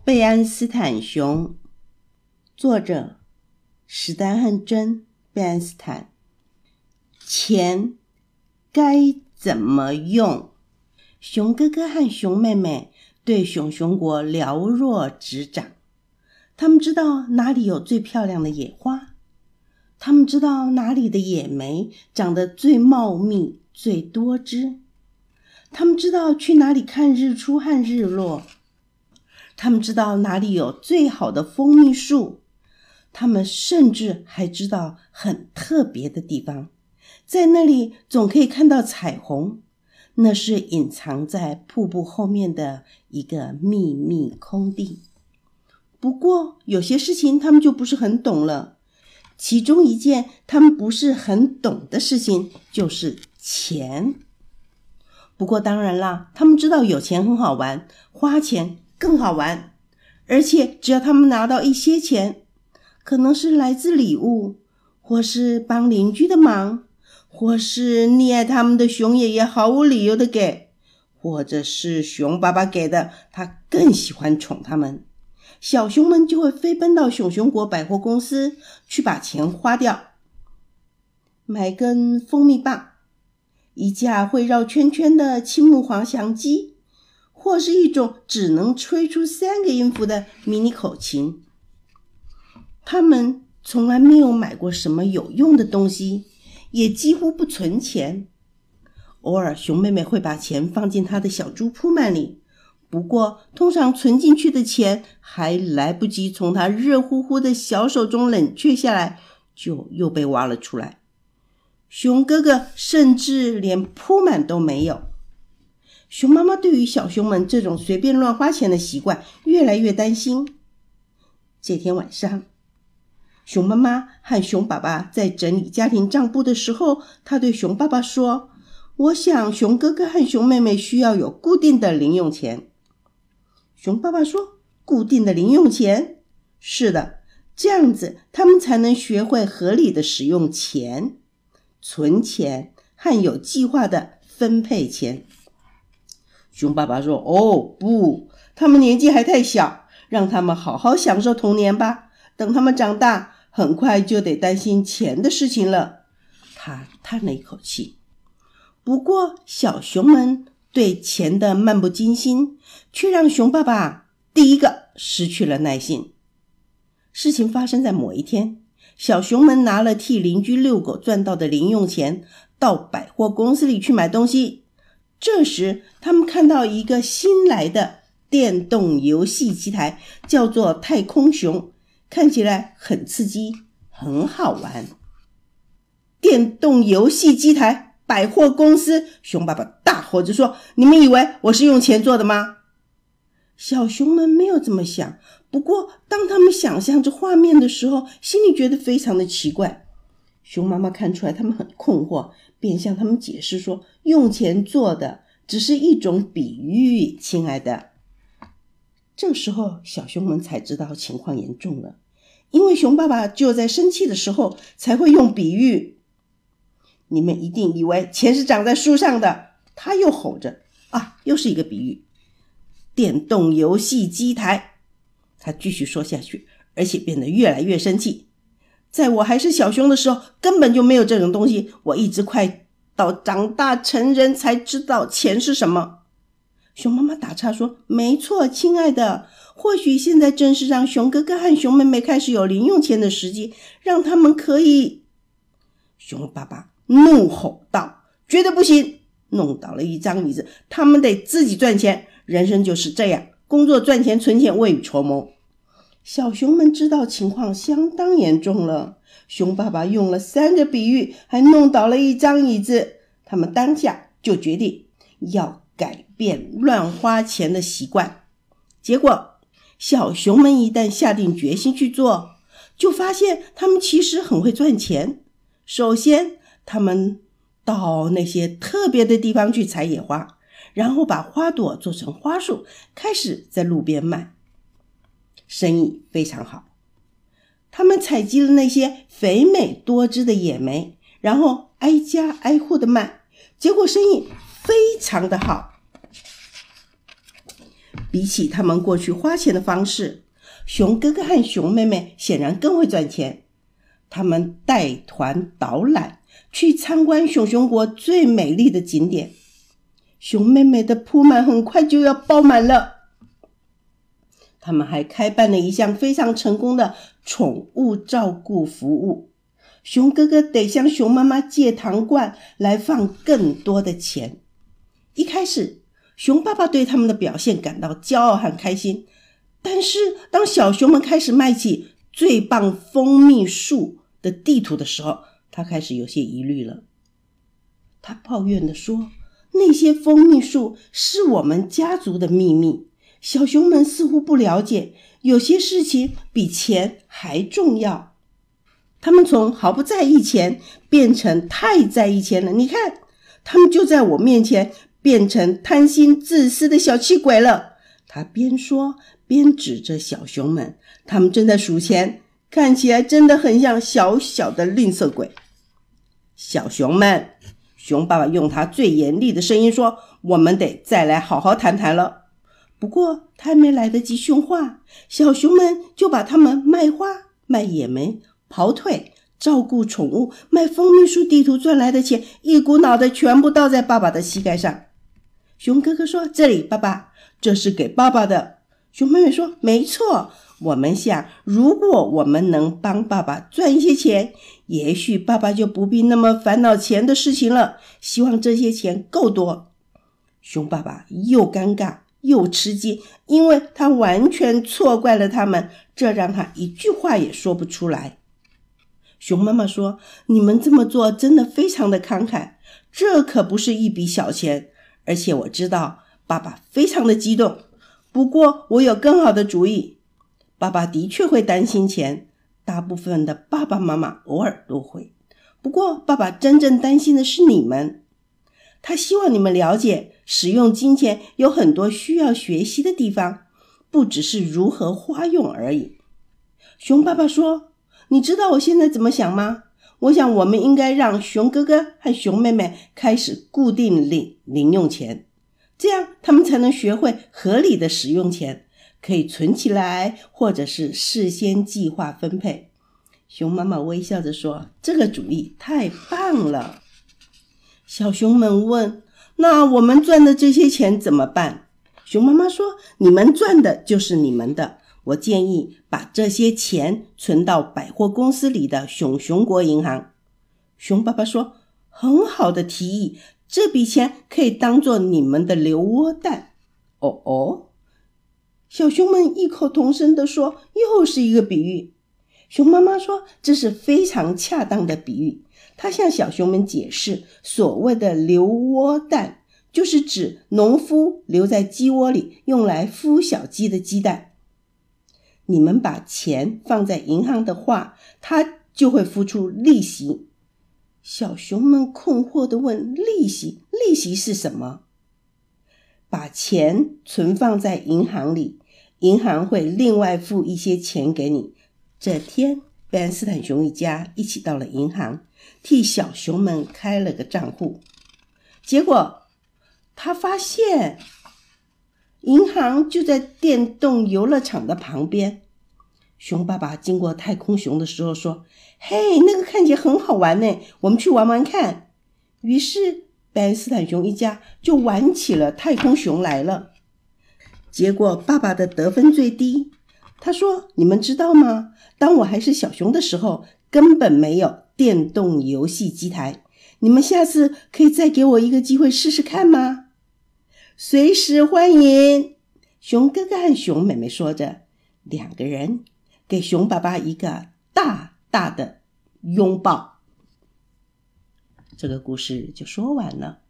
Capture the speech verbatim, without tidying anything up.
贝恩斯坦熊，作者史丹汉珍·贝恩斯坦。钱该怎么用？熊哥哥和熊妹妹对熊熊国了若指掌，他们知道哪里有最漂亮的野花，他们知道哪里的野莓长得最茂密、最多汁，他们知道去哪里看日出和日落，他们知道哪里有最好的蜂蜜树，他们甚至还知道很特别的地方，在那里总可以看到彩虹，那是隐藏在瀑布后面的一个秘密空地。不过有些事情他们就不是很懂了，其中一件他们不是很懂的事情就是钱。不过当然啦，他们知道有钱很好玩，花钱更好玩，而且只要他们拿到一些钱，可能是来自礼物，或是帮邻居的忙，或是溺爱他们的熊爷爷毫无理由的给，或者是熊爸爸给的，他更喜欢宠他们。小熊们就会飞奔到熊熊国百货公司去把钱花掉，买根蜂蜜棒，一架会绕圈圈的青木滑翔机，或是一种只能吹出三个音符的迷你口琴。他们从来没有买过什么有用的东西，也几乎不存钱。偶尔熊妹妹会把钱放进她的小猪铺满里，不过通常存进去的钱还来不及从她热乎乎的小手中冷却下来，就又被挖了出来。熊哥哥甚至连铺满都没有。熊妈妈对于小熊们这种随便乱花钱的习惯越来越担心。这天晚上，熊妈妈和熊爸爸在整理家庭账簿的时候，她对熊爸爸说，我想熊哥哥和熊妹妹需要有固定的零用钱。熊爸爸说，固定的零用钱？是的，这样子他们才能学会合理的使用钱，存钱和有计划的分配钱。熊爸爸说，哦不，他们年纪还太小，让他们好好享受童年吧，等他们长大，很快就得担心钱的事情了。他叹了一口气。不过小熊们对钱的漫不经心，却让熊爸爸第一个失去了耐性。事情发生在某一天，小熊们拿了替邻居遛狗赚到的零用钱，到百货公司里去买东西。这时他们看到一个新来的电动游戏机台，叫做太空熊，看起来很刺激，很好玩。电动游戏机台，百货公司，熊爸爸大吼着说，你们以为我是用钱做的吗？小熊们没有这么想，不过当他们想象这画面的时候，心里觉得非常的奇怪。熊妈妈看出来他们很困惑，便向他们解释说，用钱做的只是一种比喻，亲爱的。这时候小熊们才知道情况严重了，因为熊爸爸只有在生气的时候才会用比喻。你们一定以为钱是长在树上的，他又吼着，啊，又是一个比喻。电动游戏机台，他继续说下去，而且变得越来越生气。在我还是小熊的时候，根本就没有这种东西，我一直快到长大成人才知道钱是什么。熊妈妈打岔说，没错，亲爱的，或许现在正是让熊哥哥和熊妹妹开始有零用钱的时机，让他们可以……熊爸爸怒吼道，绝对不行，弄倒了一张椅子，他们得自己赚钱，人生就是这样，工作赚钱存钱，未雨绸缪。小熊们知道情况相当严重了，熊爸爸用了三个比喻，还弄倒了一张椅子，他们当下就决定要改变乱花钱的习惯。结果小熊们一旦下定决心去做，就发现他们其实很会赚钱。首先他们到那些特别的地方去采野花，然后把花朵做成花束，开始在路边卖，生意非常好。他们采集了那些肥美多汁的野莓，然后挨家挨户的卖，结果生意非常的好。 比起他们过去花钱的方式，熊哥哥和熊妹妹显然更会赚钱。他们带团导览，去参观熊熊国最美丽的景点。熊妹妹的铺满很快就要爆满了。他们还开办了一项非常成功的宠物照顾服务。熊哥哥得向熊妈妈借糖罐来放更多的钱。一开始，熊爸爸对他们的表现感到骄傲和开心，但是当小熊们开始卖起最棒蜂蜜树的地图的时候，他开始有些疑虑了。他抱怨地说，那些蜂蜜树是我们家族的秘密，小熊们似乎不了解，有些事情比钱还重要。他们从毫不在意钱变成太在意钱了，你看，他们就在我面前变成贪心自私的小气鬼了。他边说边指着小熊们，他们正在数钱，看起来真的很像小小的吝啬鬼。小熊们，熊爸爸用他最严厉的声音说，我们得再来好好谈谈了。不过他还没来得及训话，小熊们就把他们卖花、卖野莓、跑腿、照顾宠物、卖蜂蜜树地图赚来的钱，一股脑的全部倒在爸爸的膝盖上。熊哥哥说，这里，爸爸，这是给爸爸的。熊妹妹说，没错，我们想，如果我们能帮爸爸赚一些钱，也许爸爸就不必那么烦恼钱的事情了。希望这些钱够多。熊爸爸又尴尬又吃惊，因为他完全错怪了他们，这让他一句话也说不出来。熊妈妈说，你们这么做真的非常的慷慨，这可不是一笔小钱，而且我知道爸爸非常的激动。不过我有更好的主意。爸爸的确会担心钱，大部分的爸爸妈妈偶尔都会。不过爸爸真正担心的是你们。他希望你们了解，使用金钱有很多需要学习的地方，不只是如何花用而已。熊爸爸说，你知道我现在怎么想吗？我想我们应该让熊哥哥和熊妹妹开始固定领零用钱，这样他们才能学会合理的使用钱，可以存起来，或者是事先计划分配。熊妈妈微笑着说，这个主意太棒了。小熊们问，那我们赚的这些钱怎么办？熊妈妈说，你们赚的就是你们的，我建议把这些钱存到百货公司里的熊熊国银行。熊爸爸说，很好的提议，这笔钱可以当作你们的留窝蛋。哦哦，小熊们异口同声地说，又是一个比喻。熊妈妈说，这是非常恰当的比喻。她向小熊们解释，所谓的留窝蛋就是指农夫留在鸡窝里用来孵小鸡的鸡蛋。你们把钱放在银行的话，它就会付出利息。小熊们困惑地问，利息？利息是什么？把钱存放在银行里，银行会另外付一些钱给你。这天，贝恩斯坦熊一家一起到了银行，替小熊们开了个账户。结果他发现银行就在电动游乐场的旁边。熊爸爸经过太空熊的时候说，嘿，那个看起来很好玩呢，我们去玩玩看。于是贝恩斯坦熊一家就玩起了太空熊来了。结果爸爸的得分最低。他说，你们知道吗？当我还是小熊的时候，根本没有电动游戏机台。你们下次可以再给我一个机会试试看吗？随时欢迎。熊哥哥和熊妹妹说着，两个人给熊爸爸一个大大的拥抱。这个故事就说完了。